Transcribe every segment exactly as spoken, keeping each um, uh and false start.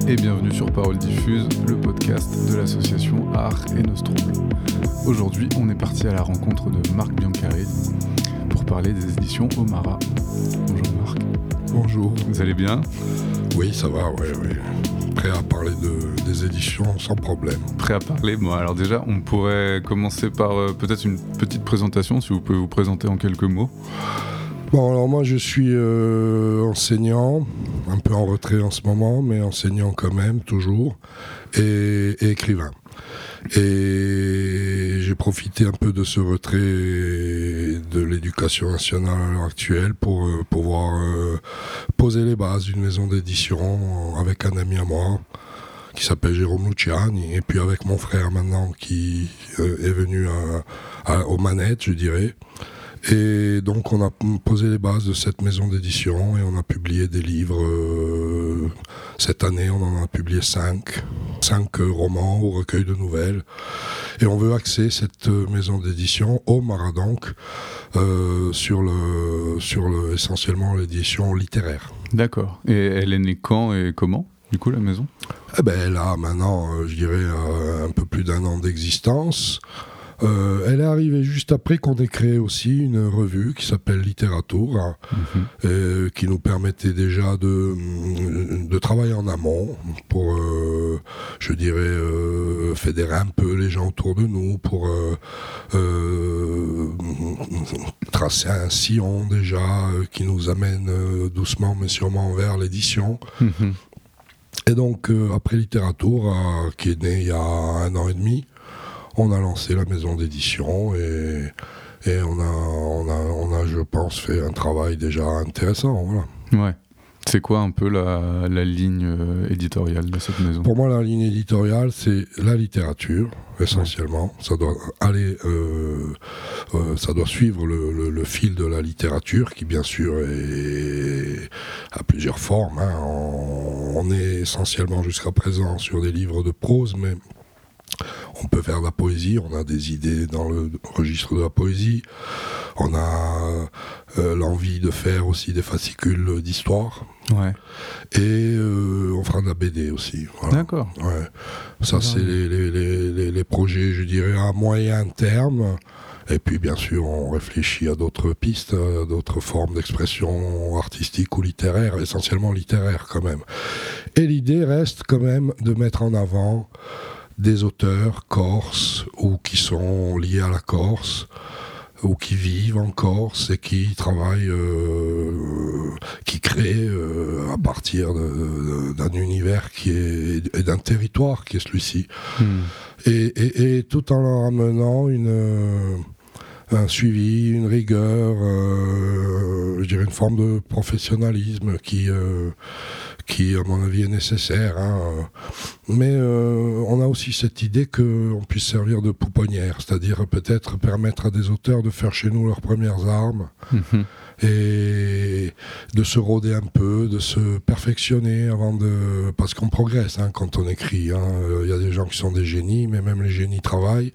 et bienvenue sur Parole Diffuse, le podcast de l'association Art et Nostrum. Aujourd'hui, on est parti à la rencontre de Marc Biancarelli pour parler des éditions Omara. Bonjour Marc. Bonjour. Vous allez bien ? Oui, ça va, oui, oui. Prêt à parler de, des éditions sans problème. Prêt à parler ? Bon, alors déjà, on pourrait commencer par euh, peut-être une petite présentation, si vous pouvez vous présenter en quelques mots. Bon, alors moi je suis euh, enseignant, un peu en retrait en ce moment, mais enseignant quand même, toujours, et, et écrivain. Et j'ai profité un peu de ce retrait de l'éducation nationale à l'heure actuelle pour euh, pouvoir euh, poser les bases d'une maison d'édition avec un ami à moi qui s'appelle Jérôme Luciani, et puis avec mon frère maintenant qui euh, est venu à, à, aux manettes, je dirais. Et donc on a posé les bases de cette maison d'édition et on a publié des livres. Euh, cette année, on en a publié cinq, cinq euh, romans ou recueils de nouvelles. Et on veut axer cette euh, maison d'édition, Omara donc, euh, sur, le, sur le, essentiellement l'édition littéraire. D'accord. Et elle est née quand et comment, du coup, la maison ? Eh ben, elle a maintenant, euh, je dirais, euh, un peu plus d'un an d'existence. Euh, elle est arrivée juste après qu'on ait créé aussi une revue qui s'appelle Littérature, hein, mmh. euh, qui nous permettait déjà de, de travailler en amont pour, euh, je dirais, euh, fédérer un peu les gens autour de nous, pour euh, euh, tracer un sillon déjà euh, qui nous amène euh, doucement mais sûrement vers l'édition. Mmh. Et donc, euh, après Littérature, euh, qui est née il y a un an et demi, on a lancé la maison d'édition et, et on, a, on, a, on a, je pense, fait un travail déjà intéressant. Voilà. Ouais. C'est quoi un peu la, la ligne euh, éditoriale de cette maison ? Pour moi, la ligne éditoriale, c'est la littérature, essentiellement. Ouais. Ça doit aller, euh, euh, ça doit suivre le, le, le fil de la littérature, qui bien sûr est à plusieurs formes. Hein. On, on est essentiellement jusqu'à présent sur des livres de prose, mais on peut faire de la poésie, on a des idées dans le registre de la poésie, on a euh, l'envie de faire aussi des fascicules d'histoire, ouais. et euh, on fera de la B D aussi. Voilà. D'accord. Ouais. Ça, c'est les, les, les, les projets, je dirais, à moyen terme. Et puis, bien sûr, on réfléchit à d'autres pistes, à d'autres formes d'expression artistique ou littéraire, essentiellement littéraire quand même. Et l'idée reste quand même de mettre en avant des auteurs corses ou qui sont liés à la Corse ou qui vivent en Corse et qui travaillent, euh, qui créent euh, à partir de, de, d'un univers qui est, et d'un territoire qui est celui-ci. Mmh. Et, et, et tout en leur amenant une, un suivi, une rigueur, euh, je dirais une forme de professionnalisme qui... Euh, qui, à mon avis, est nécessaire. Hein. Mais euh, on a aussi cette idée qu'on puisse servir de pouponnière, c'est-à-dire peut-être permettre à des auteurs de faire chez nous leurs premières armes, mmh. et de se rôder un peu, de se perfectionner avant de... Parce qu'on progresse hein, quand on écrit. Hein. Il y a des gens qui sont des génies, mais même les génies travaillent.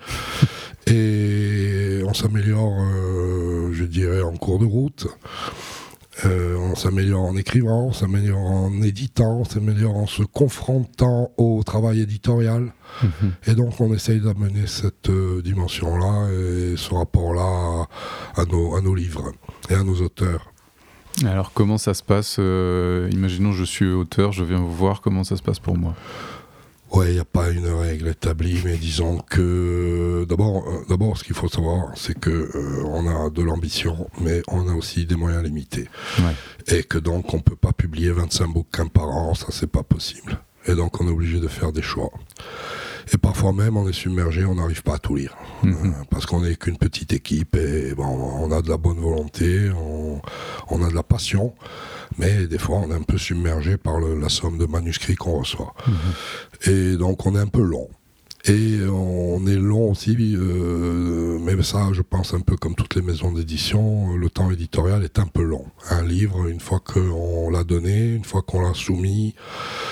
Et on s'améliore, euh, je dirais, en cours de route. Euh, on s'améliore en écrivant, on s'améliore en éditant, on s'améliore en se confrontant au travail éditorial. Mmh. Et donc on essaye d'amener cette euh, dimension-là et ce rapport-là à, à, nos, à nos livres et à nos auteurs. Alors comment ça se passe euh, imaginons je suis auteur, je viens vous voir, comment ça se passe pour moi ? Ouais, il n'y a pas une règle établie, mais disons que d'abord, euh, d'abord ce qu'il faut savoir, c'est que euh, on a de l'ambition, mais on a aussi des moyens limités, ouais. Et que donc on peut pas publier vingt-cinq bouquins par an, ça c'est pas possible. Et donc on est obligé de faire des choix. Et parfois même on est submergé, on n'arrive pas à tout lire, mmh. euh, parce qu'on n'est qu'une petite équipe et bon, on a de la bonne volonté, on, on a de la passion. Mais des fois, on est un peu submergé par le, la somme de manuscrits qu'on reçoit. Mmh. Et donc, on est un peu long. Et on est long aussi, euh, mais ça, je pense, un peu comme toutes les maisons d'édition, le temps éditorial est un peu long. Un livre, une fois qu'on l'a donné, une fois qu'on l'a soumis,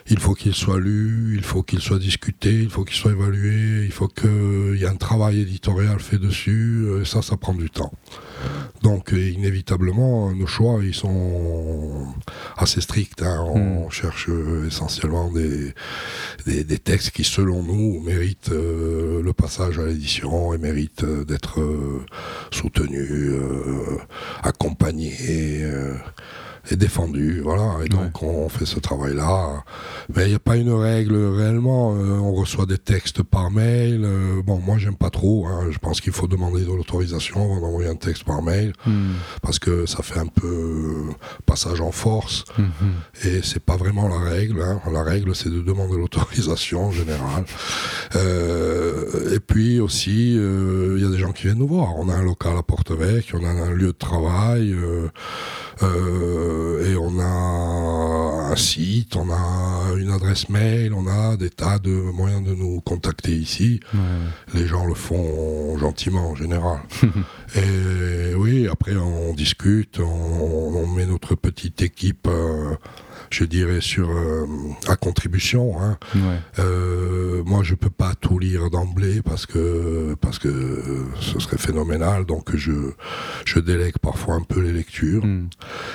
il faut qu'il soit lu, il faut qu'il soit discuté, il faut qu'il soit évalué, il faut qu'il y ait un travail éditorial fait dessus, et ça, ça prend du temps. Donc inévitablement, nos choix, ils sont assez stricts. Hein. On mmh. cherche essentiellement des, des, des textes qui, selon nous, méritent euh, le passage à l'édition et méritent euh, d'être euh, soutenus, euh, accompagnés. Euh, est défendu, voilà, et donc ouais. on fait ce travail-là. Mais il n'y a pas une règle réellement, euh, on reçoit des textes par mail, euh, bon, moi j'aime pas trop, hein. Je pense qu'il faut demander de l'autorisation avant d'envoyer un texte par mail, mm. parce que ça fait un peu euh, passage en force, mm-hmm. et c'est pas vraiment la règle, hein. La règle c'est de demander l'autorisation en général. Euh, et puis aussi, il euh, y a des gens qui viennent nous voir, on a un local à Porte-Évêque, on a un lieu de travail, euh, euh, et on a un site, on a une adresse mail, on a des tas de moyens de nous contacter ici. Ouais. Les gens le font gentiment en général. Et oui, après on discute, on, on met notre petite équipe, euh, je dirais, sur euh, à contribution. Hein. Ouais. Euh, moi, je peux pas tout lire d'emblée parce que parce que ce serait phénoménal. Donc, je je délègue parfois un peu les lectures. Mm.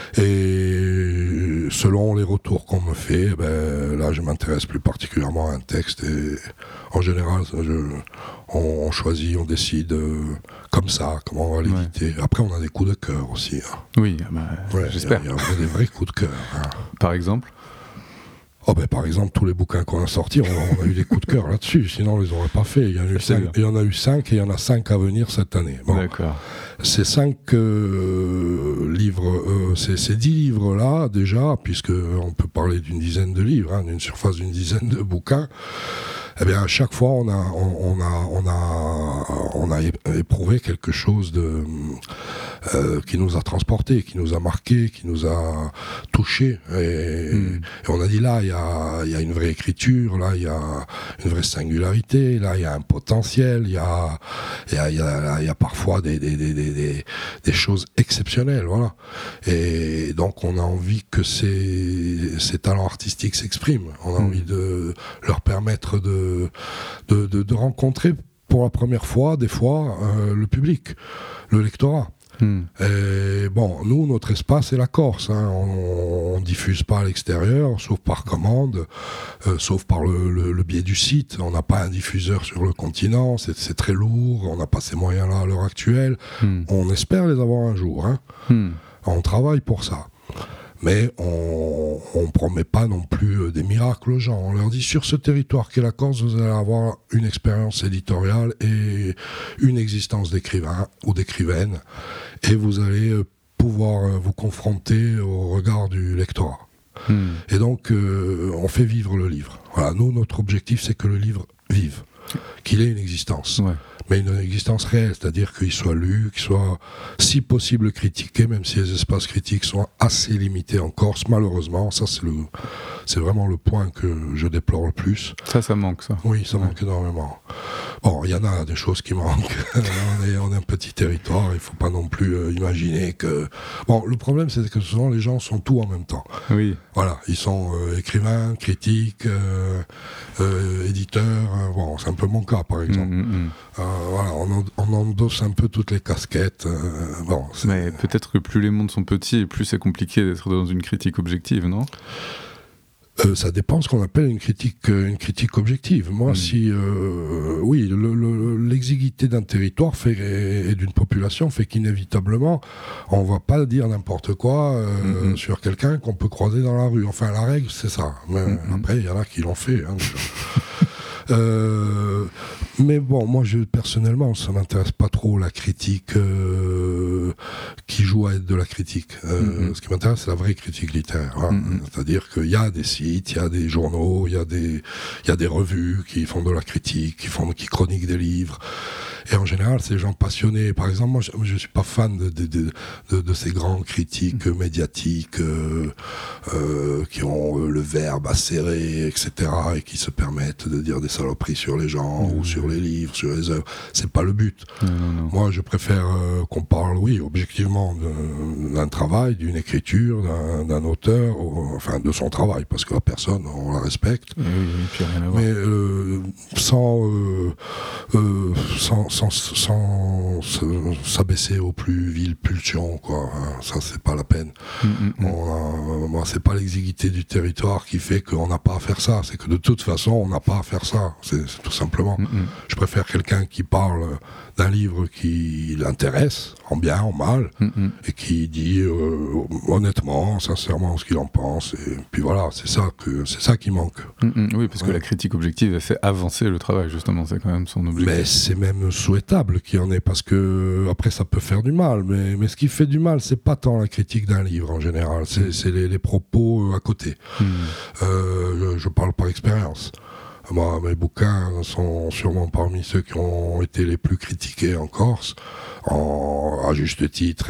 Et selon les retours qu'on me fait, ben là, je m'intéresse plus particulièrement à un texte. Et en général, je, on, on choisit, on décide euh, comme ça, comment on va l'éditer. Ouais. Après, on a des coups de cœur aussi. Hein. Oui, bah, ouais, j'espère. Il y, y a des vrais coups de cœur. Hein. Par exemple Oh ben, par exemple, tous les bouquins qu'on a sortis, on, on a eu des coups de cœur là-dessus, sinon on les aurait pas fait. Il y en a eu cinq, il y en a eu cinq et il y en a cinq à venir cette année. Bon. D'accord. Ces cinq euh, livres, euh, ces, ces dix livres-là, déjà, puisqu'on peut parler d'une dizaine de livres, hein, d'une surface d'une dizaine de bouquins, eh bien, à chaque fois, on a, on, on a, on a, on a éprouvé quelque chose de, euh, qui nous a transporté, qui nous a marqué, qui nous a touché. Et, mmh. et on a dit là, il y a, il y a une vraie écriture, là, il y a une vraie singularité, là, il y a un potentiel, il y a, il y a, il y a, il y a parfois des, des, des, des, des choses exceptionnelles, voilà. Et donc, on a envie que ces, ces talents artistiques s'expriment. On a mmh. envie de leur permettre de De, de, de rencontrer pour la première fois, des fois, euh, le public, le lectorat. Hmm. Et bon, nous, notre espace est la Corse. Hein. On ne diffuse pas à l'extérieur, sauf par commande, euh, sauf par le, le, le biais du site. On n'a pas un diffuseur sur le continent, c'est, c'est très lourd, on n'a pas ces moyens-là à l'heure actuelle. Hmm. On espère les avoir un jour. Hein. Hmm. On travaille pour ça. Mais on ne promet pas non plus des miracles aux gens. On leur dit, sur ce territoire qu'est la Corse, vous allez avoir une expérience éditoriale et une existence d'écrivain ou d'écrivaine. Et vous allez pouvoir vous confronter au regard du lectorat. Mmh. Et donc, euh, on fait vivre le livre. Voilà, nous, notre objectif, c'est que le livre vive, qu'il ait une existence. Ouais. Mais une existence réelle, c'est-à-dire qu'il soit lu, qu'il soit, si possible, critiqué, même si les espaces critiques sont assez limités en Corse, malheureusement. Ça, c'est, le, c'est vraiment le point que je déplore le plus. Ça, ça manque, ça. Oui, ça ouais. manque énormément. Bon, il y en a des choses qui manquent. on, est, on est un petit territoire, il ne faut pas non plus euh, imaginer que... Bon, le problème, c'est que souvent, les gens sont tout en même temps. Oui. Voilà, ils sont euh, écrivains, critiques, euh, euh, éditeurs. Euh, bon, c'est un peu mon cas, par exemple. Mmh, mmh. Euh, voilà, on, on endosse un peu toutes les casquettes. Euh, bon, c'est... Mais peut-être que plus les mondes sont petits et plus c'est compliqué d'être dans une critique objective, non ? Euh, ça dépend de ce qu'on appelle une critique, une critique objective. Moi, mmh. si euh, oui, le, le, l'exiguïté d'un territoire fait, et, et d'une population fait qu'inévitablement, on va pas dire n'importe quoi euh, mmh. sur quelqu'un qu'on peut croiser dans la rue. Enfin, la règle, c'est ça. Mais mmh. après, il y en a qui l'ont fait. Hein, Euh, mais bon, moi, je, personnellement, ça m'intéresse pas trop la critique euh, qui joue à être de la critique. Euh, mm-hmm. Ce qui m'intéresse, c'est la vraie critique littéraire. Hein. Mm-hmm. C'est-à-dire qu'il y a des sites, il y a des journaux, il y a des, il y a des revues qui font de la critique, qui font, qui chroniquent des livres. Et en général, c'est des gens passionnés. Par exemple, moi, je, je suis pas fan de, de, de, de, de ces grands critiques médiatiques euh, euh, qui ont euh, le verbe acéré, et cetera, et qui se permettent de dire des saloperies sur les gens, mmh. ou sur sur les livres, sur les œuvres. C'est pas le but. Non, non, non. Moi, je préfère euh, qu'on parle, oui, objectivement, de, d'un travail, d'une écriture, d'un, d'un auteur, ou, enfin, de son travail, parce que la personne, on la respecte. Oui, oui, puis rien à voir. Mais euh, sans, euh, euh, sans, sans, sans, sans s'abaisser aux plus viles pulsions, quoi. Hein, ça, c'est pas la peine. Mm, mm, mm. On a, moi, c'est pas l'exiguïté du territoire qui fait qu'on n'a pas à faire ça. C'est que de toute façon, on n'a pas à faire ça. C'est, c'est tout simplement. Mm, mm. Je préfère quelqu'un qui parle d'un livre qui l'intéresse, en bien, en mal, Mm, mm. et qui dit euh, honnêtement, sincèrement ce qu'il en pense. Et puis voilà, c'est ça que c'est ça qui manque. Mm, mm. Oui, parce que Ouais. la critique objective, elle fait avancer le travail, justement. C'est quand même son objectif. Mais c'est même souhaitable qu'il y en ait, parce que après ça peut faire du mal. Mais, mais ce qui fait du mal, c'est pas tant la critique d'un livre en général, c'est, c'est les, les propos à côté. Mm. Euh, je, je parle par expérience. Moi, mes bouquins sont sûrement parmi ceux qui ont été les plus critiqués en Corse, en, à juste titre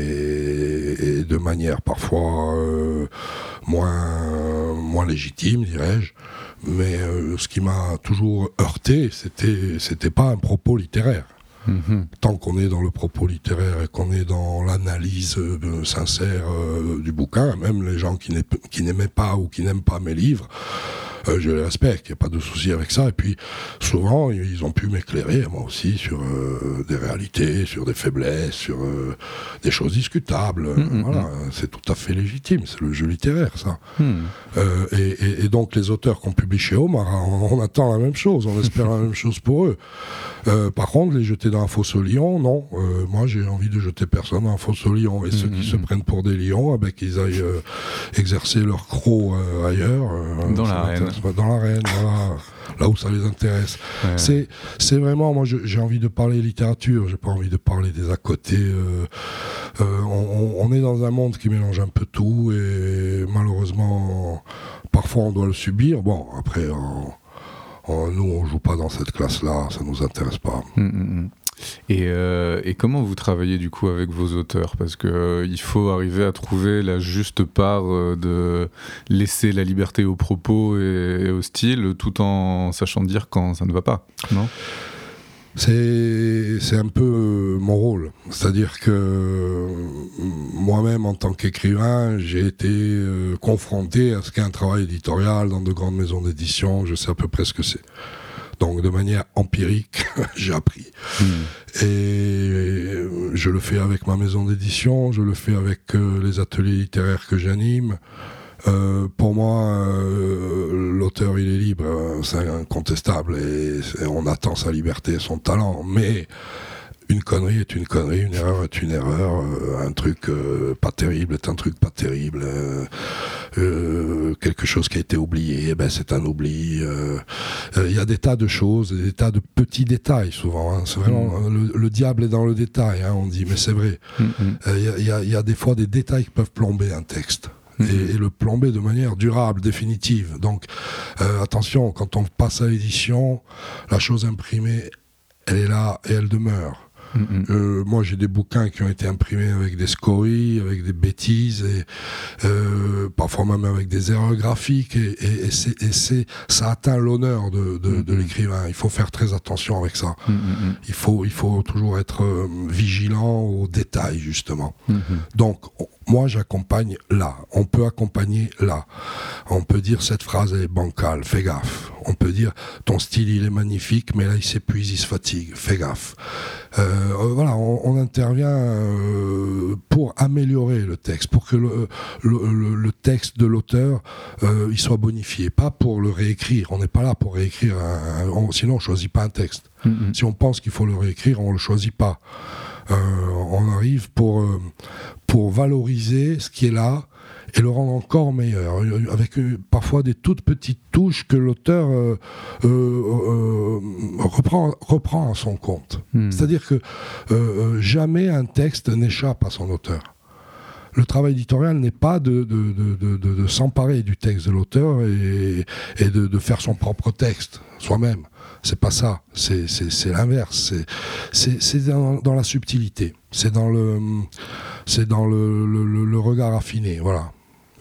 et, et de manière parfois euh, moins, moins légitime, dirais-je. Mais euh, ce qui m'a toujours heurté, c'était, c'était pas un propos littéraire. Mm-hmm. Tant qu'on est dans le propos littéraire et qu'on est dans l'analyse euh, sincère euh, du bouquin, même les gens qui, n'a- qui n'aimaient pas ou qui n'aiment pas mes livres, euh, je les respecte, il n'y a pas de souci avec ça. Et puis, souvent, ils ont pu m'éclairer, moi aussi, sur euh, des réalités, sur des faiblesses, sur euh, des choses discutables. Mmh, voilà, mmh. c'est tout à fait légitime, c'est le jeu littéraire, ça. Mm. Euh, et, et, et donc, les auteurs qu'on publie chez Omara, on, on attend la même chose, on espère la même chose pour eux. Euh, par contre, les jeter dans un fosse au lion, non. Euh, moi, j'ai envie de jeter personne dans un fosse au lion. Et ceux Mmh, qui mmh. se prennent pour des lions, eh ben, qu'ils aillent euh, exercer leur croc euh, ailleurs. euh, Dans ça l'arène. m'intéresse pas. Dans l'arène, voilà. Là où ça les intéresse. Ouais. C'est, c'est vraiment, moi, je- j'ai envie de parler littérature, j'ai pas envie de parler des à côté. Euh, euh, on, on est dans un monde qui mélange un peu tout et malheureusement, parfois on doit le subir. Bon, après, on- on- nous, on joue pas dans cette classe-là, ça nous intéresse pas. Mm, mm, mm. Et, euh, et comment vous travaillez du coup avec vos auteurs? Parce que euh, il faut arriver à trouver la juste part euh, de laisser la liberté aux propos et, et au style, tout en sachant dire quand ça ne va pas, non? C'est, c'est un peu euh, mon rôle. C'est-à-dire que euh, moi-même, en tant qu'écrivain, j'ai été euh, confronté à ce qu'est un travail éditorial dans de grandes maisons d'édition. Je sais à peu près ce que c'est. Donc, de manière empirique, j'ai appris. Mm. Et euh, je le fais avec ma maison d'édition, je le fais avec euh, les ateliers littéraires que j'anime. Euh, pour moi, euh, l'auteur, il est libre, euh, c'est incontestable, et, et on attend sa liberté et son talent. Mais une connerie est une connerie, une erreur est une erreur, euh, un truc euh, pas terrible est un truc pas terrible. Euh, euh, quelque chose qui a été oublié, eh ben c'est un oubli. Il euh, euh, y a des tas de choses, des tas de petits détails souvent. Hein. C'est vraiment Mmh. le, le diable est dans le détail, hein, on dit, mais c'est vrai. Mm, mm. Il euh, y, y, y a des fois des détails qui peuvent plomber un texte. Mmh. Et, et le plomber de manière durable, définitive. Donc, euh, attention, quand on passe à l'édition, la chose imprimée, elle est là et elle demeure. Mm, mm. Euh, moi, j'ai des bouquins qui ont été imprimés avec des scories, avec des bêtises, et euh, parfois même avec des erreurs graphiques, et, et, et, c'est, et c'est, ça atteint l'honneur de, de, de l'écrivain. Il faut faire très attention avec ça. Mm, mm, Il faut, il faut toujours être euh, vigilant aux détails, justement. mm. Donc, on- moi, j'accompagne là. On peut accompagner là. On peut dire cette phrase elle est bancale, fais gaffe. On peut dire ton style il est magnifique, mais là il s'épuise, il se fatigue, fais gaffe. Euh, voilà, on, on intervient euh, pour améliorer le texte, pour que le, le, le, le texte de l'auteur euh, il soit bonifié, pas pour le réécrire. On n'est pas là pour réécrire, un, un, on, sinon on choisit pas un texte. Mm, mm. Si on pense qu'il faut le réécrire, on le choisit pas. Euh, on arrive pour, euh, pour valoriser ce qui est là et le rendre encore meilleur, avec euh, parfois des toutes petites touches que l'auteur euh, euh, euh, reprend, reprend à son compte. Mm. C'est-à-dire que euh, jamais un texte n'échappe à son auteur. Le travail éditorial n'est pas de, de, de, de, de, de s'emparer du texte de l'auteur et, et de, de faire son propre texte soi-même. C'est pas ça, c'est, c'est, c'est l'inverse. C'est, c'est, c'est dans, dans la subtilité, c'est dans le, c'est dans le, le, le, le regard affiné, voilà.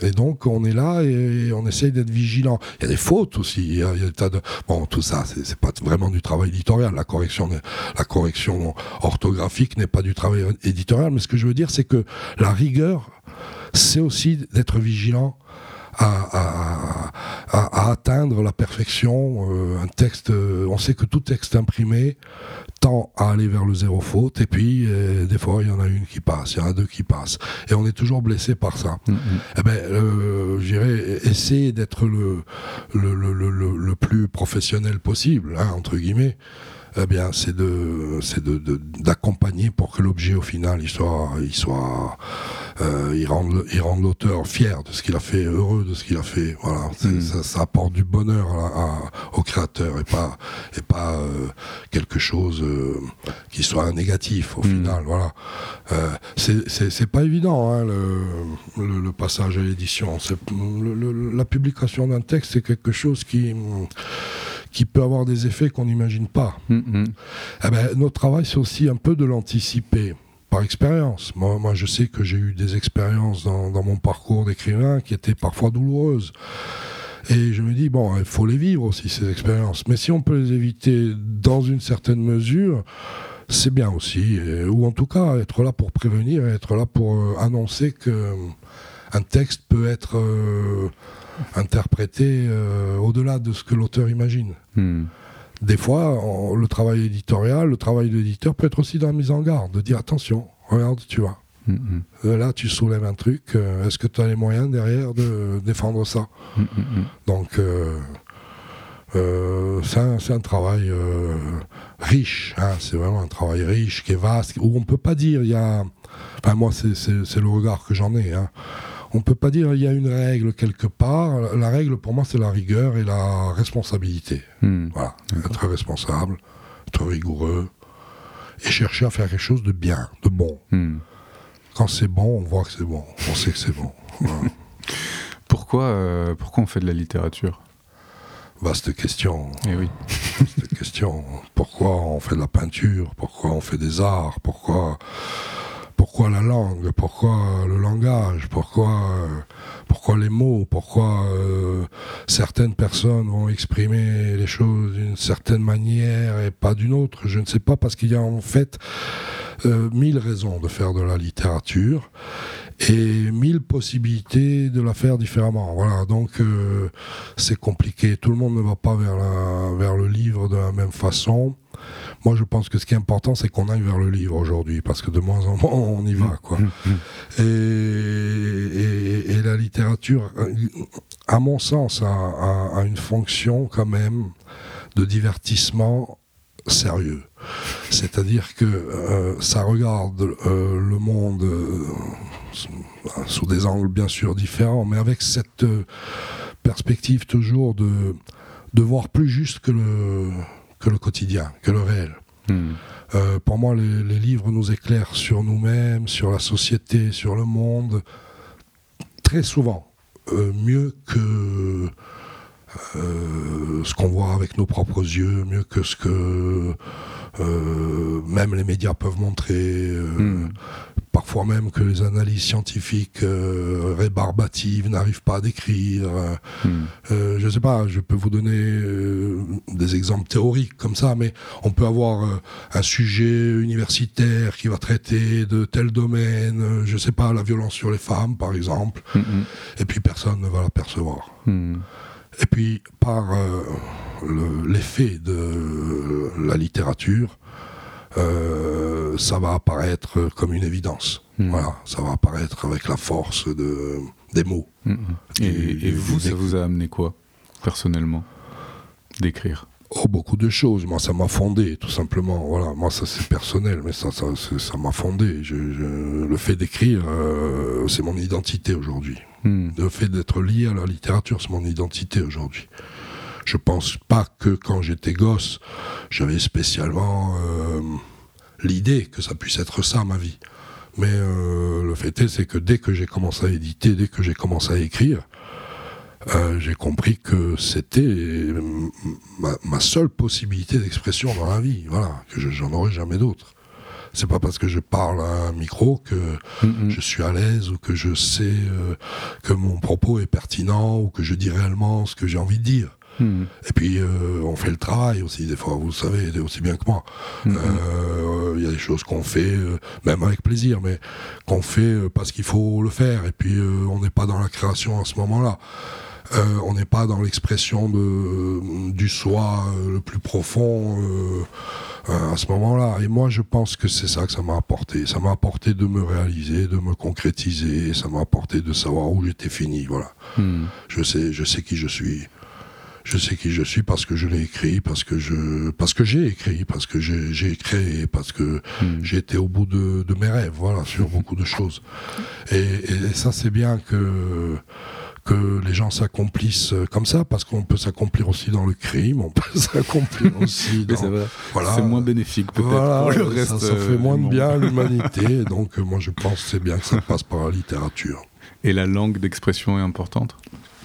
Et donc on est là et on essaye d'être vigilant. Il y a des fautes aussi. Il y a, il y a des tas de... Bon, tout ça, c'est, c'est pas vraiment du travail éditorial. La correction, la correction orthographique n'est pas du travail éditorial. Mais ce que je veux dire, c'est que la rigueur, c'est aussi d'être vigilant à, à, à, à atteindre la perfection. Euh, un texte, euh, on sait que tout texte imprimé tend à aller vers le zéro faute, et puis euh, des fois il y en a une qui passe, il y en a deux qui passent, et on est toujours blessé par ça. Mm-hmm. Eh ben, euh, je dirais, essayer d'être le, le, le, le, le plus professionnel possible, hein, entre guillemets. Eh bien, c'est de, c'est de, de, d'accompagner pour que l'objet, au final, il soit, il soit, euh, il rende, il rende l'auteur fier de ce qu'il a fait, heureux de ce qu'il a fait. Voilà, mmh. ça, ça apporte du bonheur à, à, au créateur et pas, et pas euh, quelque chose euh, qui soit négatif au mmh. final. Voilà, euh, c'est, c'est, c'est pas évident, hein, le, le, le passage à l'édition. C'est, le, le, la publication d'un texte, c'est quelque chose qui qui peut avoir des effets qu'on n'imagine pas. Mm-hmm. Eh ben, notre travail, c'est aussi un peu de l'anticiper, par expérience. Moi, moi, je sais que j'ai eu des expériences dans, dans mon parcours d'écrivain qui étaient parfois douloureuses. Et je me dis, bon, il faut les vivre aussi, ces expériences. Mais si on peut les éviter dans une certaine mesure, c'est bien aussi. Et, ou en tout cas, être là pour prévenir, et être là pour euh, annoncer qu'un texte peut être... Euh, interprété euh, au-delà de ce que l'auteur imagine. Hmm. Des fois, on, le travail éditorial, le travail de l'éditeur peut être aussi dans la mise en garde, de dire attention, regarde, tu vois. Hmm. Euh, là, tu soulèves un truc, euh, est-ce que tu as les moyens derrière de défendre ça? Hmm. Donc, euh, euh, c'est, un, c'est un travail euh, riche, hein, c'est vraiment un travail riche, qui est vaste, où on ne peut pas dire, il y a... Enfin, moi, c'est, c'est, c'est le regard que j'en ai, hein. On ne peut pas dire qu'il y a une règle quelque part. La règle, pour moi, c'est la rigueur et la responsabilité. Mmh. Voilà. D'accord. Être responsable, être rigoureux et chercher à faire quelque chose de bien, de bon. Mmh. Quand c'est bon, on voit que c'est bon. On sait que c'est bon. Voilà. Pourquoi, euh, pourquoi on fait de la littérature ? Vaste question. Eh oui. Vaste question. Pourquoi on fait de la peinture ? Pourquoi on fait des arts ? Pourquoi... Pourquoi la langue ? Pourquoi le langage ? Pourquoi, euh, pourquoi les mots ? Pourquoi euh, certaines personnes vont exprimer les choses d'une certaine manière et pas d'une autre ? Je ne sais pas, parce qu'il y a en fait euh, mille raisons de faire de la littérature et mille possibilités de la faire différemment. Voilà, donc euh, c'est compliqué. Tout le monde ne va pas vers, la, vers le livre de la même façon. Moi, je pense que ce qui est important, c'est qu'on aille vers le livre aujourd'hui, parce que de moins en moins, on y va, quoi. Et, et, et la littérature, à mon sens, a, a, a une fonction quand même de divertissement sérieux. C'est-à-dire que euh, ça regarde euh, le monde euh, sous des angles bien sûr différents, mais avec cette euh, perspective toujours de, de voir plus juste que le... que le quotidien, que le réel. Mmh. Euh, pour moi, les, les livres nous éclairent sur nous-mêmes, sur la société, sur le monde, très souvent, euh, mieux que euh, ce qu'on voit avec nos propres yeux, mieux que ce que euh, même les médias peuvent montrer, euh, mmh. parfois même que les analyses scientifiques euh, rébarbatives n'arrivent pas à décrire. Mmh. Euh, je ne sais pas, je peux vous donner euh, des exemples théoriques comme ça, mais on peut avoir euh, un sujet universitaire qui va traiter de tel domaine, euh, je ne sais pas, la violence sur les femmes par exemple, mmh. et puis personne ne va l'apercevoir. Mmh. Et puis par euh, le, l'effet de la littérature, Euh, ça va apparaître comme une évidence. Mmh. Voilà, ça va apparaître avec la force de, des mots. Mmh. Et, et, et vous, ça vous a amené quoi, personnellement, d'écrire ? Oh, beaucoup de choses. Moi, ça m'a fondé, tout simplement. Voilà, moi, ça c'est personnel, mais ça, ça, ça m'a fondé. Je, je, le fait d'écrire, euh, c'est mon identité aujourd'hui. Mmh. Le fait d'être lié à la littérature, c'est mon identité aujourd'hui. Je pense pas que quand j'étais gosse, j'avais spécialement euh, l'idée que ça puisse être ça, ma vie. Mais euh, le fait est, c'est que dès que j'ai commencé à éditer, dès que j'ai commencé à écrire, euh, j'ai compris que c'était ma, ma seule possibilité d'expression dans la vie. Voilà, que je, j'en aurais jamais d'autre. C'est pas parce que je parle à un micro que mm-hmm. je suis à l'aise ou que je sais euh, que mon propos est pertinent ou que je dis réellement ce que j'ai envie de dire. Mm-hmm. Et puis euh, on fait le travail aussi des fois, vous le savez aussi bien que moi. Il mm-hmm. euh, y a des choses qu'on fait, euh, même avec plaisir, mais qu'on fait euh, parce qu'il faut le faire. Et puis euh, on n'est pas dans la création à ce moment-là. Euh, on n'est pas dans l'expression de, euh, du soi euh, le plus profond euh, euh, à ce moment-là. Et moi, je pense que c'est ça que ça m'a apporté. Ça m'a apporté de me réaliser, de me concrétiser. Ça m'a apporté de savoir où j'étais fini. Voilà. Mm. Je sais, je sais qui je suis. Je sais qui je suis parce que je l'ai écrit, parce que je, parce que j'ai écrit, parce que j'ai, j'ai créé, parce que mm. j'ai été au bout de, de mes rêves. Voilà, sur beaucoup de choses. Et, et, et ça, c'est bien que. que les gens s'accomplissent comme ça, parce qu'on peut s'accomplir aussi dans le crime, on peut s'accomplir aussi dans... c'est, voilà. c'est moins bénéfique peut-être voilà, pour le reste. Ça, ça fait moins de bien à l'humanité, donc moi je pense que c'est bien que ça passe par la littérature. Et la langue d'expression est importante ?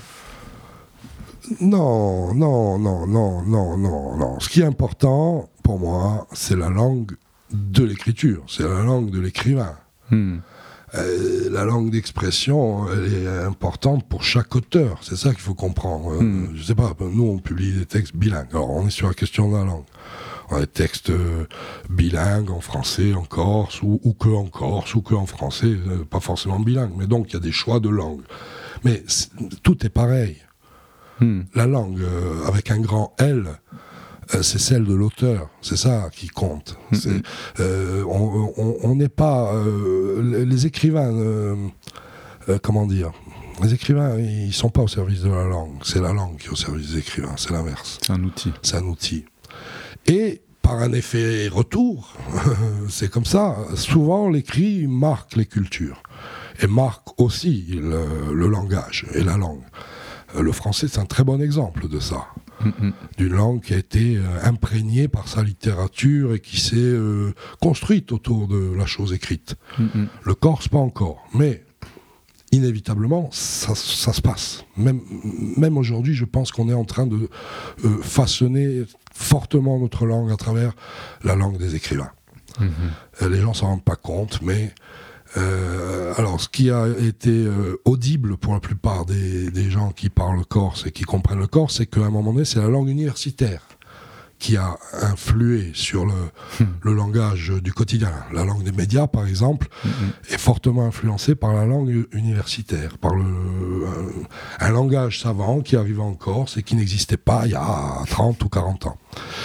Non, non, non, non, non, non, non. Ce qui est important pour moi, c'est la langue de l'écriture, c'est la langue de l'écrivain. Hmm. Euh, la langue d'expression, elle est importante pour chaque auteur. C'est ça qu'il faut comprendre. Euh, mmh. Je sais pas, nous on publie des textes bilingues. Alors on est sur la question de la langue. On a des textes euh, bilingues en français, en corse, ou, ou que en corse, ou que en français, euh, pas forcément bilingue. Mais donc il y a des choix de langue. Mais c'est, tout est pareil. Mmh. La langue euh, avec un grand L. Euh, c'est celle de l'auteur, c'est ça qui compte. Mm-hmm. C'est, euh, on n'est pas... Euh, les écrivains, euh, euh, comment dire, les écrivains, ils ne sont pas au service de la langue, c'est la langue qui est au service des écrivains, c'est l'inverse. C'est un outil. C'est un outil. Et par un effet retour, c'est comme ça, souvent l'écrit marque les cultures, et marque aussi le, le langage et la langue. Le français, c'est un très bon exemple de ça. Mm-hmm. D'une langue qui a été euh, imprégnée par sa littérature et qui s'est euh, construite autour de la chose écrite. Mm-hmm. Le corse, pas encore, mais inévitablement, ça, ça se passe. Même, même aujourd'hui, je pense qu'on est en train de euh, façonner fortement notre langue à travers la langue des écrivains. Mm-hmm. Euh, les gens s'en rendent pas compte, mais Euh, alors, ce qui a été euh, audible pour la plupart des, des gens qui parlent corse et qui comprennent le corse, c'est qu'à un moment donné, c'est la langue universitaire qui a influé sur le, mmh. le langage du quotidien. La langue des médias, par exemple, mmh. est fortement influencée par la langue universitaire, par le, un, un langage savant qui arrivait en Corse et qui n'existait pas il y a trente ou quarante ans.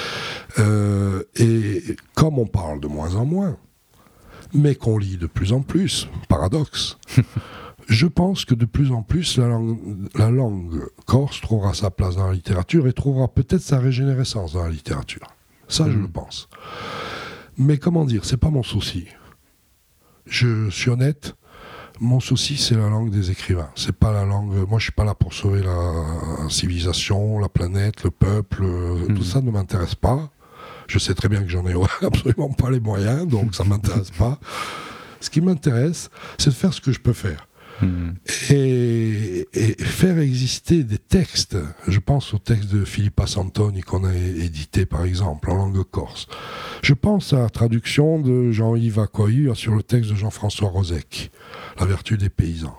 Euh, et comme on parle de moins en moins, mais qu'on lit de plus en plus, paradoxe, je pense que de plus en plus la langue, la langue corse trouvera sa place dans la littérature et trouvera peut-être sa régénérescence dans la littérature. Ça, mmh. je le pense. Mais comment dire, c'est pas mon souci. Je suis honnête, mon souci, c'est la langue des écrivains. C'est pas la langue... Moi, je suis pas là pour sauver la civilisation, la planète, le peuple. Mmh. Tout ça ne m'intéresse pas. Je sais très bien que j'en ai absolument pas les moyens, donc ça ne m'intéresse pas. Ce qui m'intéresse, c'est de faire ce que je peux faire. Mmh. Et, et faire exister des textes. Je pense au texte de Philippa Santoni qu'on a édité, par exemple, en langue corse. Je pense à la traduction de Jean-Yves Accoyu sur le texte de Jean-François Rosec, La vertu des paysans.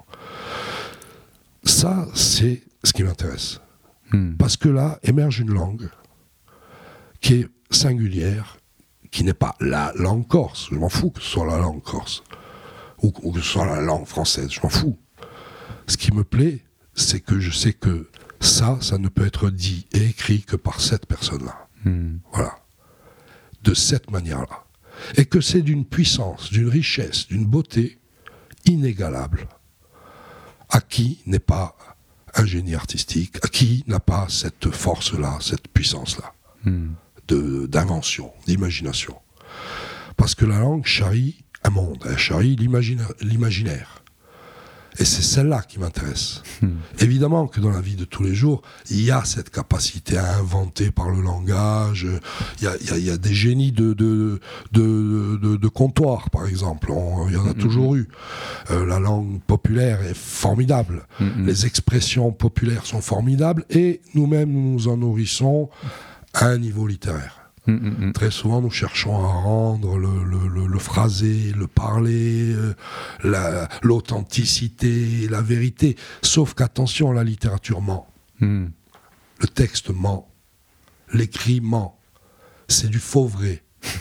Ça, c'est ce qui m'intéresse. Mmh. Parce que là, émerge une langue qui est singulière, qui n'est pas la langue corse. Je m'en fous que ce soit la langue corse, ou, ou que ce soit la langue française, je m'en fous. Ce qui me plaît, c'est que je sais que ça, ça ne peut être dit et écrit que par cette personne-là. Mmh. Voilà. De cette manière-là. Et que c'est d'une puissance, d'une richesse, d'une beauté inégalable. À qui n'est pas un génie artistique, à qui n'a pas cette force-là, cette puissance-là. Mmh. De, d'invention, d'imagination. Parce que la langue charrie un monde, elle charrie l'imaginaire. Et c'est celle-là qui m'intéresse. Hmm. Évidemment que dans la vie de tous les jours, il y a cette capacité à inventer par le langage. Il y a, il y a, il y a des génies de, de, de, de, de comptoir, par exemple. On, il y en a hmm. toujours eu. Euh, la langue populaire est formidable. Hmm. Les expressions populaires sont formidables. Et nous-mêmes, nous nous en nourrissons à un niveau littéraire. Mmh, mmh. Très souvent, nous cherchons à rendre le, le, le, le phrasé, le parler, euh, la, l'authenticité, la vérité. Sauf qu'attention, la littérature ment. Mmh. Le texte ment. L'écrit ment. C'est du faux vrai.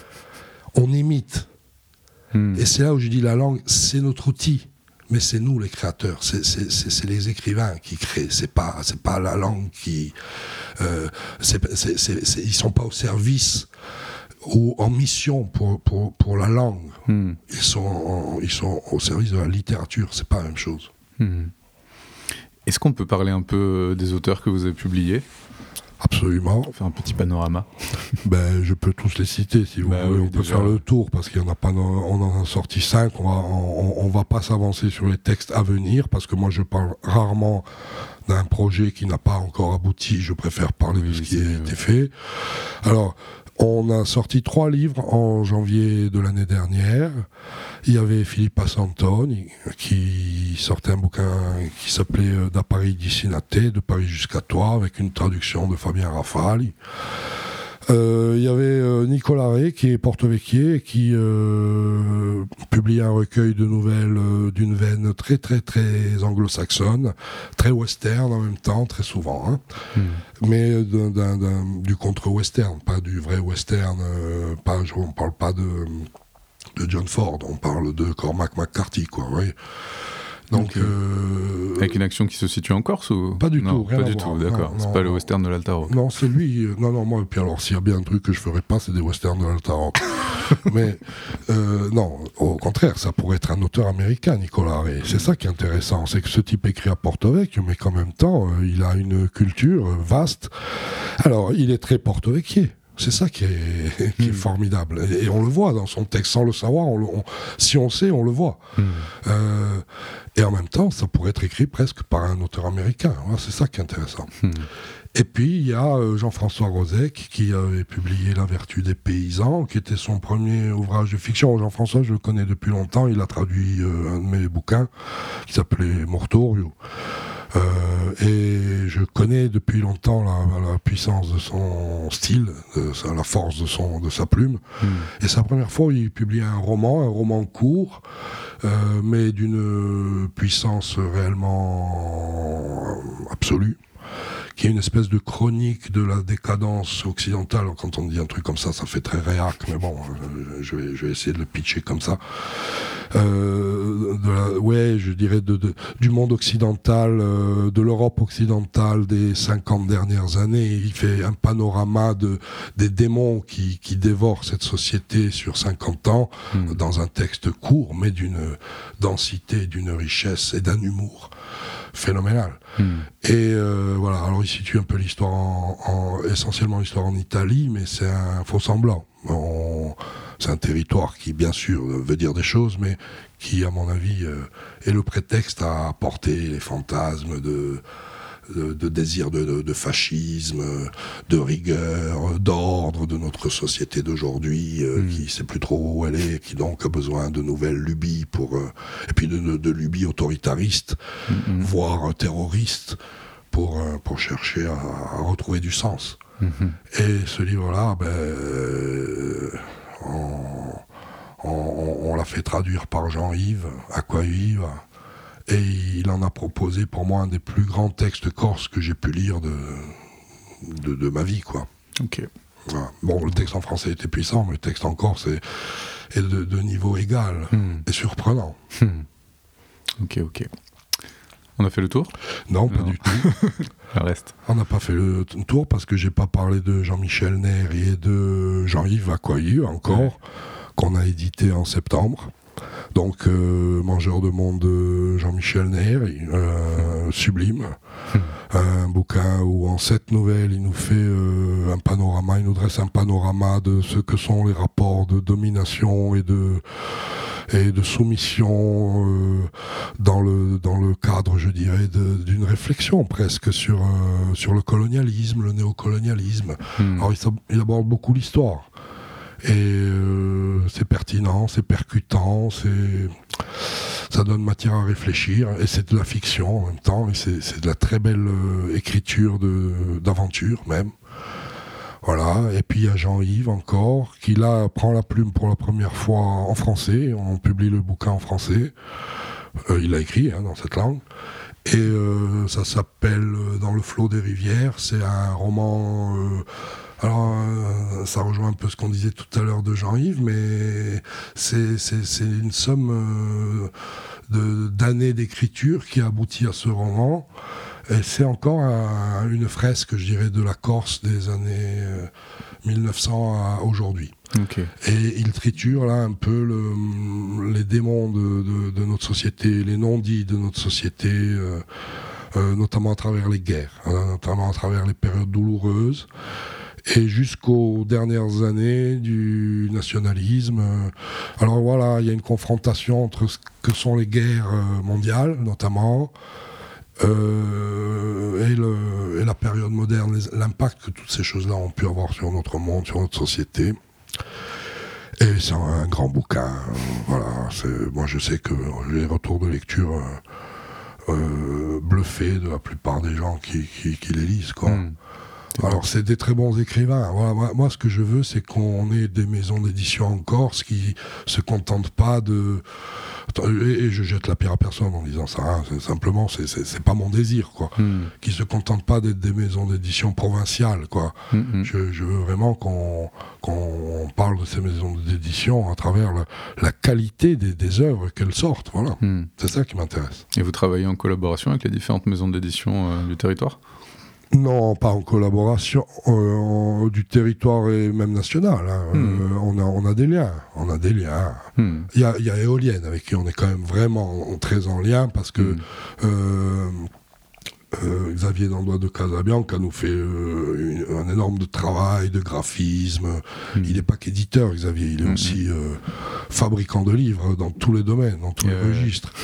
On imite. Mmh. Et c'est là où je dis la langue, c'est notre outil. Mais c'est nous les créateurs, c'est, c'est, c'est, c'est les écrivains qui créent, c'est pas, c'est pas la langue qui... Euh, c'est, c'est, c'est, c'est, ils sont pas au service ou en mission pour, pour, pour la langue. Mm. Ils, sont en, ils sont au service de la littérature, c'est pas la même chose. Mm. Est-ce qu'on peut parler un peu des auteurs que vous avez publiés ? Absolument. Faire un petit panorama. Ben, je peux tous les citer si vous bah voulez. Oui, on peut déjà faire le tour parce qu'il y en a pas. On en a sorti cinq. On va, on, on va pas s'avancer sur les textes à venir parce que moi je parle rarement d'un projet qui n'a pas encore abouti. Je préfère parler oui, de ce qui a été fait. Alors, on a sorti trois livres en janvier de l'année dernière. Il y avait Philippe Assantoni qui sortait un bouquin qui s'appelait Da Paris Dissinate, de Paris jusqu'à toi, avec une traduction de Fabien Rafali. Euh, il y avait euh, Nicolas Rey qui est porto-vecchier et qui euh, publie un recueil de nouvelles euh, d'une veine très très très anglo-saxonne, très western en même temps, très souvent, hein. mmh. mais d'un, d'un, d'un, du contre-western, pas du vrai western, euh, pas, on ne parle pas de, de John Ford, on parle de Cormac McCarthy, quoi, oui. Donc, okay. euh, avec une action qui se situe en Corse ou pas du non, tout, rien pas à du voir. tout, d'accord. Non, c'est non, pas non. le western de l'Altaroc. Non, c'est lui. Non, non, moi. Et puis alors, s'il y a bien un truc que je ferais pas, c'est des westerns de l'Altaroc. Mais euh, non, au contraire, ça pourrait être un auteur américain, Nicolas Rey. C'est ça qui est intéressant, c'est que ce type écrit à Porto Vecchio, mais qu'en même temps, euh, il a une culture vaste. Alors, il est très porto-vecchier. C'est ça qui est, qui est mmh. formidable. Et, et on le voit dans son texte, sans le savoir. On le, on, si on sait, on le voit. Mmh. Euh, et en même temps, ça pourrait être écrit presque par un auteur américain. Voilà, c'est ça qui est intéressant. Mmh. Et puis, il y a euh, Jean-François Rozek qui avait publié La Vertu des paysans, qui était son premier ouvrage de fiction. Jean-François, je le connais depuis longtemps. Il a traduit euh, un de mes bouquins qui s'appelait Mortorio. Euh, et je connais depuis longtemps la, la puissance de son style, de sa, la force de, son, de sa plume. Mmh. Et c'est la première fois où il publie un roman, un roman court, euh, mais d'une puissance réellement absolue, qui est une espèce de chronique de la décadence occidentale. Quand on dit un truc comme ça, ça fait très réac, mais bon, je vais, je vais essayer de le pitcher comme ça. Euh, de la, ouais, je dirais de, de, du monde occidental, euh, de l'Europe occidentale des cinquante dernières années. Il fait un panorama de, des démons qui, qui dévorent cette société sur cinquante ans, mmh. dans un texte court, mais d'une densité, d'une richesse et d'un humour phénoménal. Mmh. Et euh, voilà, alors il situe un peu l'histoire, en, en, essentiellement l'histoire en Italie, mais c'est un faux semblant. On, c'est un territoire qui, bien sûr, veut dire des choses, mais qui, à mon avis, euh, est le prétexte à apporter les fantasmes de, de, de désir de, de, de fascisme, de rigueur, d'ordre de notre société d'aujourd'hui, euh, mmh. qui ne sait plus trop où elle est, qui donc a besoin de nouvelles lubies, pour, euh, et puis de, de, de lubies autoritaristes, mmh. voire terroristes, pour, euh, pour chercher à, à retrouver du sens. Mmh. Et ce livre-là, ben, euh, on, on, on l'a fait traduire par Jean-Yves, Aquavive, et il en a proposé pour moi un des plus grands textes corses que j'ai pu lire de, de, de ma vie, quoi. Ok. Voilà. Bon, le texte en français était puissant, mais le texte en corse est, est de, de niveau égal hmm. et surprenant. Hmm. Ok, ok. On a fait le tour ? Non, pas non. du tout. Le reste. On n'a pas fait le tour parce que j'ai pas parlé de Jean-Michel Neri et de Jean-Yves Aquavive encore, ouais. qu'on a édité en septembre. Donc, euh, Mangeur de monde de Jean-Michel Neri, euh, sublime. Mmh. Un bouquin où, en sept nouvelles, il nous fait euh, un panorama, il nous dresse un panorama de ce que sont les rapports de domination et de, et de soumission euh, dans, le, dans le cadre, je dirais, de, d'une réflexion presque sur, euh, sur le colonialisme, le néocolonialisme. Mmh. Alors, il, il aborde beaucoup l'histoire. Et euh, c'est pertinent, c'est percutant, c'est... ça donne matière à réfléchir, et c'est de la fiction en même temps, et c'est, c'est de la très belle euh, écriture de, d'aventure même. Voilà, et puis il y a Jean-Yves encore, qui là prend la plume pour la première fois en français, on publie le bouquin en français, euh, il l'a écrit hein, dans cette langue, et euh, ça s'appelle Dans le flot des rivières, c'est un roman, euh, alors euh, ça rejoint un peu ce qu'on disait tout à l'heure de Jean-Yves, mais c'est, c'est, c'est une somme euh, de, d'années d'écriture qui aboutit à ce roman. Et c'est encore un, une fresque, je dirais, de la Corse des années euh, mille neuf cents à aujourd'hui. Okay. Et il triture là un peu le, les démons de, de, de notre société, les non-dits de notre société, euh, euh, notamment à travers les guerres, hein, notamment à travers les périodes douloureuses. Et jusqu'aux dernières années du nationalisme. Alors voilà, il y a une confrontation entre ce que sont les guerres mondiales, notamment, Euh, et, le, et la période moderne, les, l'impact que toutes ces choses-là ont pu avoir sur notre monde, sur notre société. Et c'est un grand bouquin. Euh, voilà, c'est, moi je sais que j'ai des retours de lecture euh, euh, bluffés de la plupart des gens qui, qui, qui les lisent, quoi. Mmh. Alors c'est des très bons écrivains. Voilà, moi, moi ce que je veux, c'est qu'on ait des maisons d'édition en Corse qui se contentent pas de... Et je jette la pierre à personne en disant ça, hein. C'est simplement, c'est, c'est, c'est pas mon désir, quoi. Mm. Qui se contentent pas d'être des maisons d'édition provinciales, quoi. Mm-hmm. Je, je veux vraiment qu'on, qu'on parle de ces maisons d'édition à travers la, la qualité des, des œuvres qu'elles sortent, voilà. Mm. C'est ça qui m'intéresse. Et vous travaillez en collaboration avec les différentes maisons d'édition euh, du territoire ? Non, pas en collaboration euh, en, du territoire et même national. Hein. Mm. Euh, on, a, on a des liens. On a des liens. Mm. Il y a, il y a Éolienne avec qui on est quand même vraiment très en lien parce que mm. euh, euh, Xavier Dandois de Casabianca nous fait euh, une, un énorme de travail de graphisme. Mm. Il n'est pas qu'éditeur, Xavier. Il est mm. aussi euh, fabricant de livres dans tous les domaines, dans tous euh... les registres.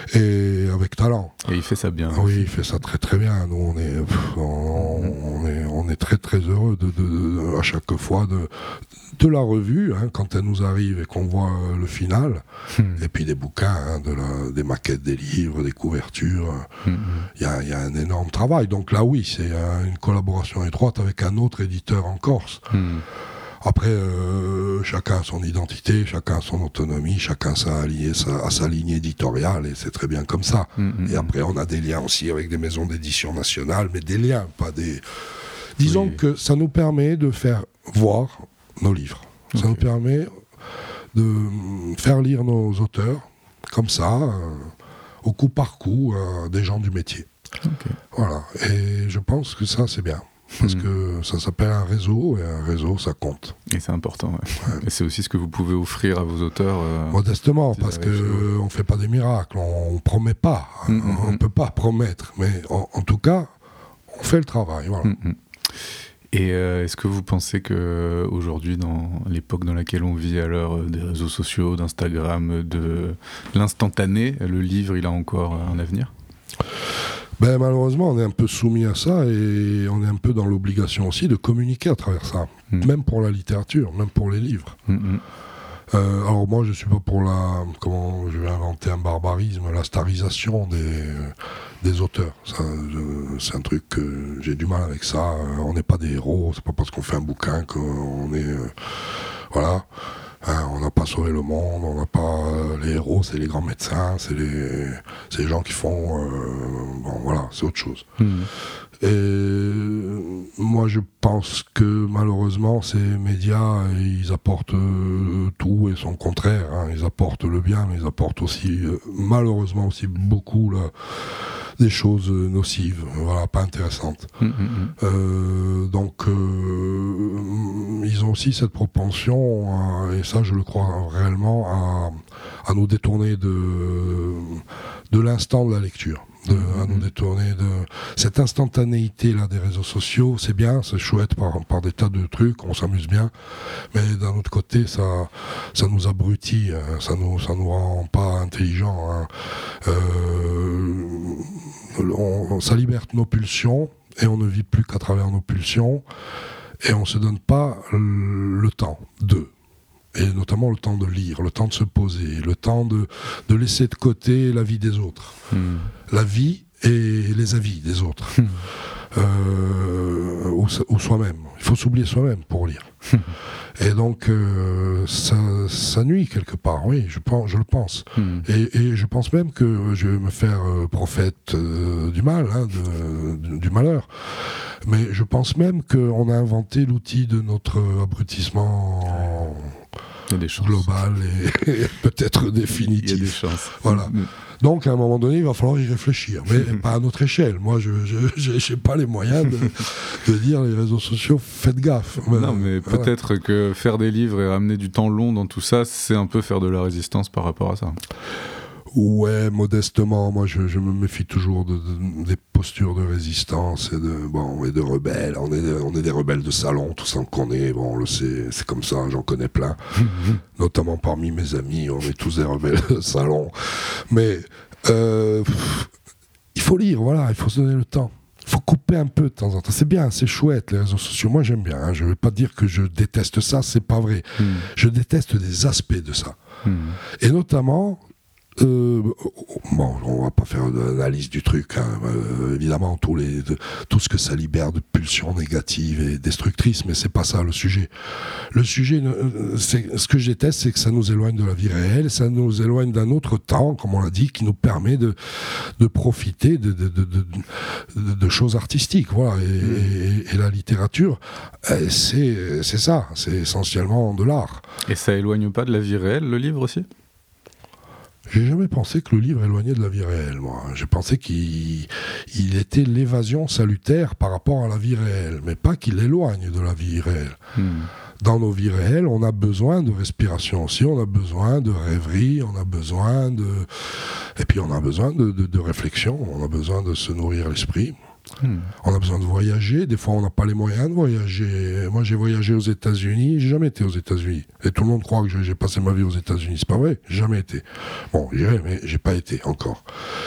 Et avec talent. Et il fait ça bien. Oui, aussi. Il fait ça très très bien. Nous, on est, pff, on, on est, on est très très heureux de, de, de, à chaque fois de, de la revue, hein, quand elle nous arrive et qu'on voit le final. Hmm. Et puis des bouquins, hein, de la, des maquettes des livres, des couvertures. Il hmm. y, a, y a un énorme travail. Donc là, oui, c'est euh, une collaboration étroite avec un autre éditeur en Corse. Hmm. Après, euh, chacun a son identité, chacun a son autonomie, chacun a, allié, sa, a sa ligne éditoriale, et c'est très bien comme ça. Mmh, et après, on a des liens aussi avec des maisons d'édition nationales, mais des liens, pas des... Disons oui. que ça nous permet de faire voir nos livres. Okay. Ça nous permet de faire lire nos auteurs, comme ça, euh, au coup par coup, euh, des gens du métier. Okay. Voilà. Et je pense que ça, c'est bien. Parce mmh. que ça s'appelle un réseau, et un réseau, ça compte. Et c'est important, ouais. Ouais. Et c'est aussi ce que vous pouvez offrir à vos auteurs. Euh, Modestement, parce qu'on euh, ne fait pas des miracles, on ne promet pas, mmh, on ne mmh. peut pas promettre, mais en, en tout cas, on fait le travail. Voilà. Mmh. Et euh, est-ce que vous pensez qu'aujourd'hui, dans l'époque dans laquelle on vit, à l'heure des réseaux sociaux, d'Instagram, de l'instantané, le livre, il a encore un avenir ? Ben, malheureusement, on est un peu soumis à ça et on est un peu dans l'obligation aussi de communiquer à travers ça, mmh. même pour la littérature, même pour les livres. Mmh. Euh, alors moi, je suis pas pour la, comment je vais inventer un barbarisme, la starisation des, des auteurs. Ça, je, c'est un truc que j'ai du mal avec ça. On n'est pas des héros, c'est pas parce qu'on fait un bouquin qu'on est, euh, voilà. Hein, on n'a pas sauvé le monde, on n'a pas euh, les héros, c'est les grands médecins, c'est les, c'est les gens qui font, euh, bon voilà, c'est autre chose. Mmh. Et moi je pense que malheureusement ces médias, ils apportent euh, tout et son contraire. Hein. Ils apportent le bien, mais ils apportent aussi euh, malheureusement aussi beaucoup là, des choses nocives, voilà, pas intéressantes. Mmh, mmh. Euh, donc euh, ils ont aussi cette propension, à, et ça je le crois réellement, à, à nous détourner de, de l'instant de la lecture. De, à nous détourner de cette instantanéité là des réseaux sociaux. C'est bien, c'est chouette par, par des tas de trucs, on s'amuse bien, mais d'un autre côté ça, ça nous abrutit, hein, ça nous, ça nous rend pas intelligents, hein. euh, on, ça libère nos pulsions et on ne vit plus qu'à travers nos pulsions et on se donne pas le temps de, et notamment le temps de lire, le temps de se poser, le temps de, de laisser de côté la vie des autres. Mmh. La vie et les avis des autres. Mmh. euh, ou, ou soi-même. Il faut s'oublier soi-même pour lire. Et donc, euh, ça, ça nuit quelque part, oui, je, pense, je le pense. Mm. Et, et je pense même que je vais me faire euh, prophète euh, du mal, hein, de, de, du malheur. Mais je pense même qu'on a inventé l'outil de notre abrutissement global et, et peut-être définitif. Il y a des chances. Voilà. Mm. Donc, à un moment donné, il va falloir y réfléchir, mais pas à notre échelle. Moi, je n'ai pas les moyens de, de dire les réseaux sociaux, faites gaffe. Non, mais voilà. Peut-être que faire des livres et ramener du temps long dans tout ça, c'est un peu faire de la résistance par rapport à ça. Ouais, modestement, moi je, je me méfie toujours de, de, des postures de résistance et de, bon, et de rebelles. On est, on est des rebelles de salon, tout ça qu'on est, bon, on le sait, c'est comme ça, j'en connais plein. Notamment parmi mes amis, on est tous des rebelles de salon. Mais euh, il faut lire, voilà, il faut se donner le temps. Il faut couper un peu de temps en temps. C'est bien, c'est chouette, les réseaux sociaux. Moi, j'aime bien. Hein. Je ne vais pas dire que je déteste ça, c'est pas vrai. Mm. Je déteste des aspects de ça. Mm. Et notamment... Euh, bon, on va pas faire d'analyse du truc, hein. euh, évidemment tous les, de, tout ce que ça libère de pulsions négatives et destructrices, mais c'est pas ça le sujet. Le sujet, c'est, ce que je déteste, c'est que ça nous éloigne de la vie réelle, ça nous éloigne d'un autre temps, comme on l'a dit, qui nous permet de, de profiter de, de, de, de, de, de choses artistiques, voilà. Et, mmh. et, et la littérature, c'est, c'est ça, c'est essentiellement de l'art. Et ça éloigne pas de la vie réelle, le livre aussi ? J'ai jamais pensé que le livre éloignait de la vie réelle, moi. J'ai pensé qu'il il était l'évasion salutaire par rapport à la vie réelle, mais pas qu'il éloigne de la vie réelle. Hmm. Dans nos vies réelles, on a besoin de respiration aussi, on a besoin de rêverie, on a besoin de... Et puis on a besoin de, de, de réflexion, on a besoin de se nourrir l'esprit. Hmm. On a besoin de voyager, des fois on n'a pas les moyens de voyager. Moi j'ai voyagé aux États-Unis, j'ai jamais été aux États-Unis. Et tout le monde croit que j'ai passé ma vie aux États-Unis, c'est pas vrai, j'ai jamais été. Bon, j'irai, mais j'ai pas été encore.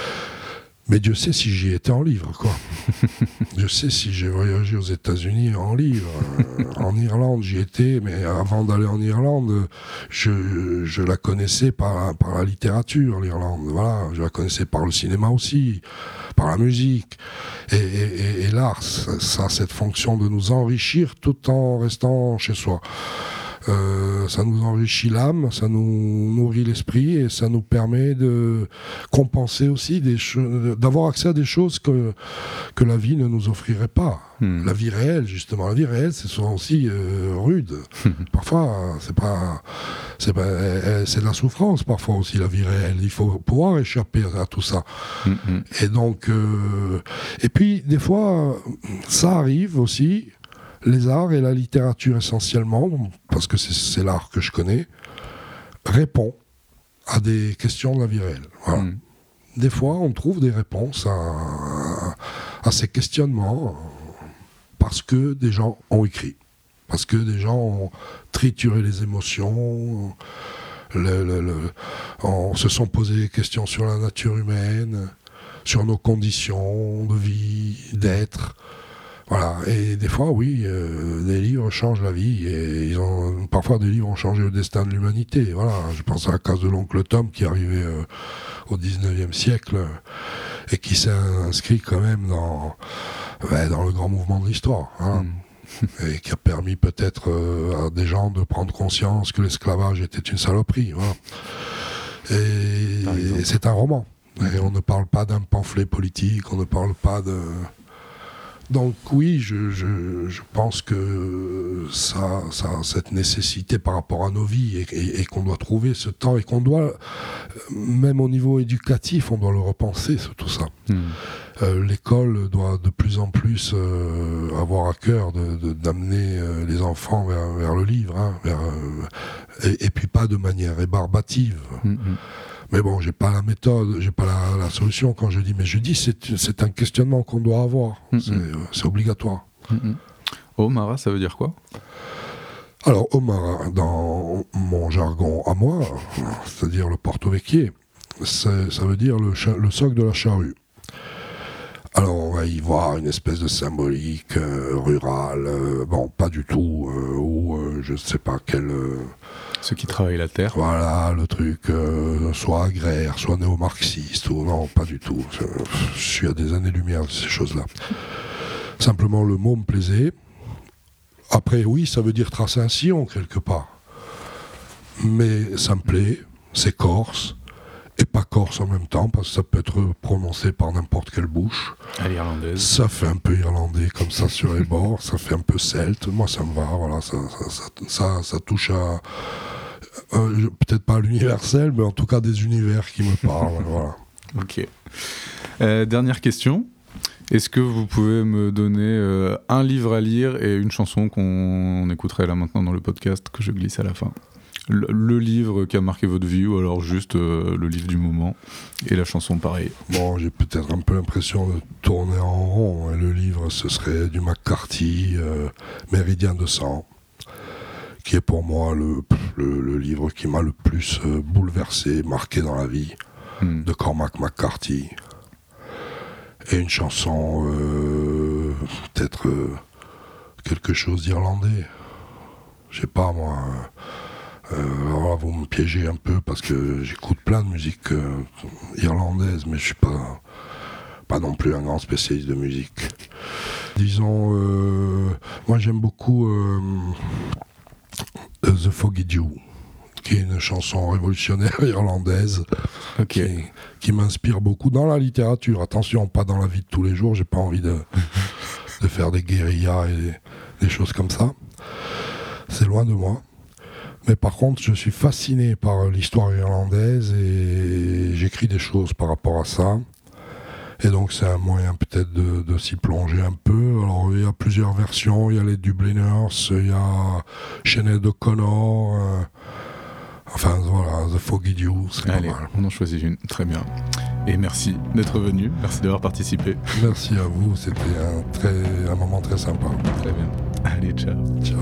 Mais Dieu sait si j'y étais en livre, quoi. Dieu sait si j'ai voyagé aux États-Unis en livre. Euh, en Irlande, j'y étais, mais avant d'aller en Irlande, je, je la connaissais par, par la littérature, l'Irlande. Voilà, je la connaissais par le cinéma aussi, par la musique. Et, et, et l'art, ça, ça a cette fonction de nous enrichir tout en restant chez soi. Euh, ça nous enrichit l'âme, ça nous nourrit l'esprit et ça nous permet de compenser aussi des choses, d'avoir accès à des choses que, que la vie ne nous offrirait pas. Hmm. La vie réelle, justement, la vie réelle, c'est souvent aussi euh, rude. Parfois, c'est pas, c'est pas, c'est de la souffrance. Parfois aussi, la vie réelle. Il faut pouvoir échapper à tout ça. Hmm. Et donc, euh, et puis des fois, ça arrive aussi. Les arts et la littérature essentiellement, parce que c'est, c'est l'art que je connais, répond à des questions de la vie réelle. Voilà. Mmh. Des fois, on trouve des réponses à, à ces questionnements parce que des gens ont écrit, parce que des gens ont trituré les émotions, le, le, le, on se sont posé des questions sur la nature humaine, sur nos conditions de vie, d'être. Voilà, et des fois, oui, euh, des livres changent la vie, et ils ont, parfois des livres ont changé le destin de l'humanité. Voilà, je pense à la case de l'oncle Tom qui est arrivé euh, au dix-neuvième siècle euh, et qui s'est inscrit quand même dans, ben, dans le grand mouvement de l'histoire. Hein, mmh. Et qui a permis peut-être euh, à des gens de prendre conscience que l'esclavage était une saloperie. Voilà. Et, et c'est un roman. Et on ne parle pas d'un pamphlet politique, on ne parle pas de... Donc oui, je, je, je pense que ça, ça a cette nécessité par rapport à nos vies et, et, et qu'on doit trouver ce temps et qu'on doit, même au niveau éducatif, on doit le repenser sur tout ça. Mmh. Euh, l'école doit de plus en plus euh, avoir à cœur de, de, d'amener euh, les enfants vers, vers le livre, hein, vers, euh, et, et puis pas de manière rébarbative. Mmh. Mais bon, j'ai pas la méthode, j'ai pas la, la solution quand je dis, mais je dis c'est, c'est un questionnement qu'on doit avoir, mm-hmm. c'est, euh, c'est obligatoire. Mm-hmm. Omara, ça veut dire quoi ? Alors, Omara, dans mon jargon à moi, c'est-à-dire le porto-vecchier, c'est, ça veut dire le, cha- le soc de la charrue. Alors, on va y voir une espèce de symbolique euh, rurale, euh, bon, pas du tout, euh, ou euh, je ne sais pas quel... Euh, Ceux qui travaillent la terre. Voilà, le truc, euh, soit agraire, soit néo-marxiste, ou non, pas du tout. Je, je suis à des années-lumière de ces choses-là. Simplement, le mot me plaisait. Après, oui, ça veut dire tracer un sillon quelque part. Mais ça me plaît, c'est corse, et pas corse en même temps, parce que ça peut être prononcé par n'importe quelle bouche. À l'irlandaise. Ça fait un peu irlandais, comme ça, sur les bords, ça fait un peu celte. Moi, ça me va, voilà, ça, ça, ça, ça, ça touche à... Euh, peut-être pas à l'universel, mais en tout cas des univers qui me parlent, voilà. Ok. Euh, dernière question. Est-ce que vous pouvez me donner euh, un livre à lire et une chanson qu'on écouterait là maintenant dans le podcast que je glisse à la fin? Le, le livre qui a marqué votre vie, ou alors juste euh, le livre du moment, et la chanson pareil. Bon, j'ai peut-être un peu l'impression de tourner en rond. Le livre, ce serait du McCarthy, euh, Méridien de sang, qui est pour moi le, le, le livre qui m'a le plus euh, bouleversé, marqué dans la vie, hmm. de Cormac McCarthy. Et une chanson, euh, peut-être euh, quelque chose d'irlandais. Je sais pas, moi. Euh, alors là, vous me piégez un peu parce que j'écoute plein de musique euh, irlandaise, mais je suis pas, pas non plus un grand spécialiste de musique. Disons, euh, moi j'aime beaucoup euh, The Foggy Dew, qui est une chanson révolutionnaire irlandaise, okay. qui, qui m'inspire beaucoup dans la littérature. Attention, pas dans la vie de tous les jours, j'ai pas envie de, de faire des guérillas et des, des choses comme ça. C'est loin de moi. Mais par contre, je suis fasciné par l'histoire irlandaise et j'écris des choses par rapport à ça. Et donc c'est un moyen peut-être de, de s'y plonger un peu. Alors il y a plusieurs versions, il y a les Dubliners, il y a Sinead O'Connor, euh, enfin voilà, The Foggy Dew, c'est Allez, pas mal. On en choisit une, très bien. Et merci d'être venu, merci d'avoir participé. Merci à vous, c'était un, très, un moment très sympa. Très bien. Allez, ciao. Ciao.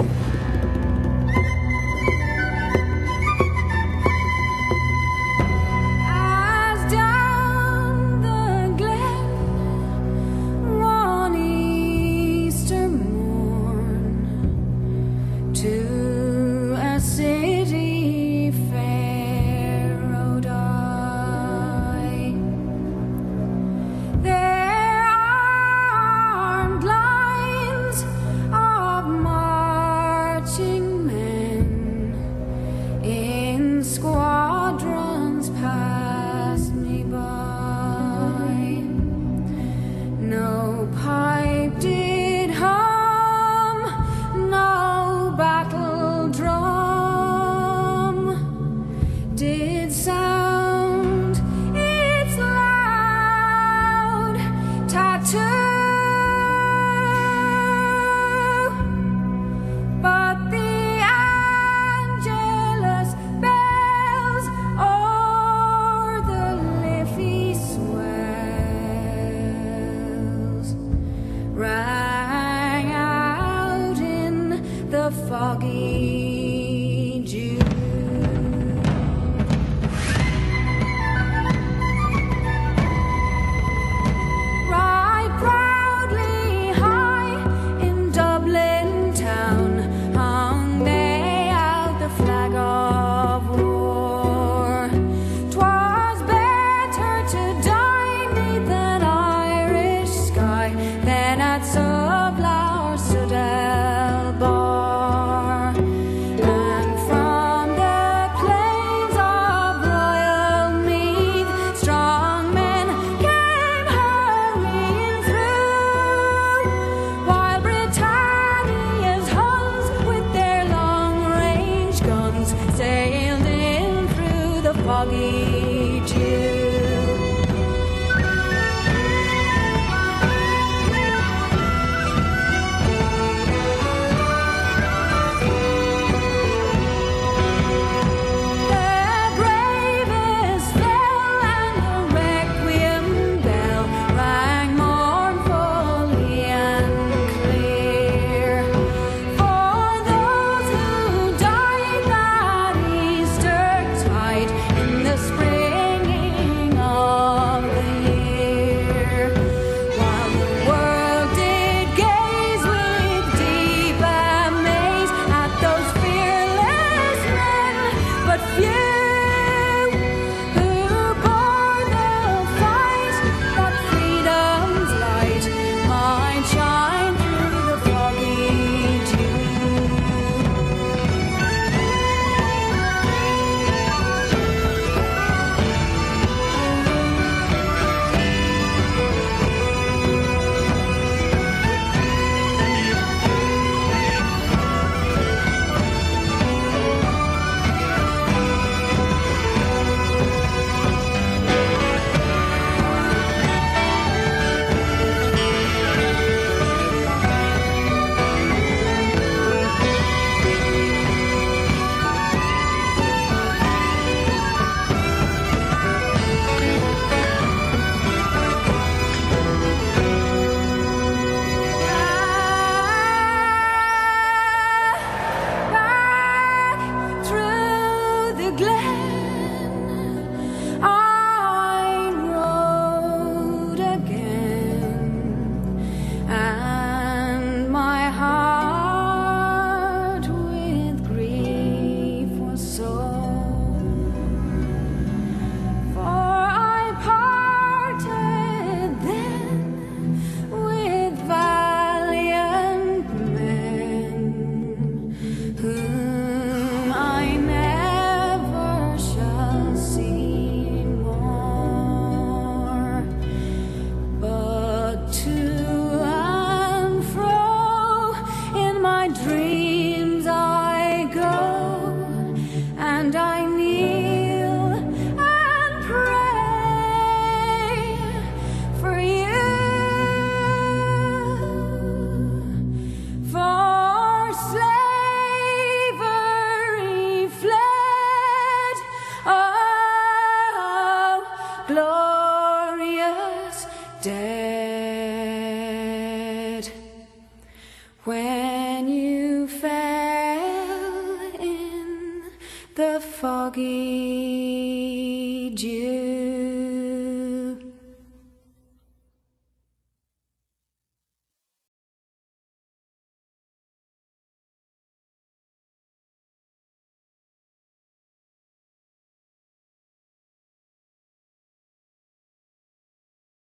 the foggy dew.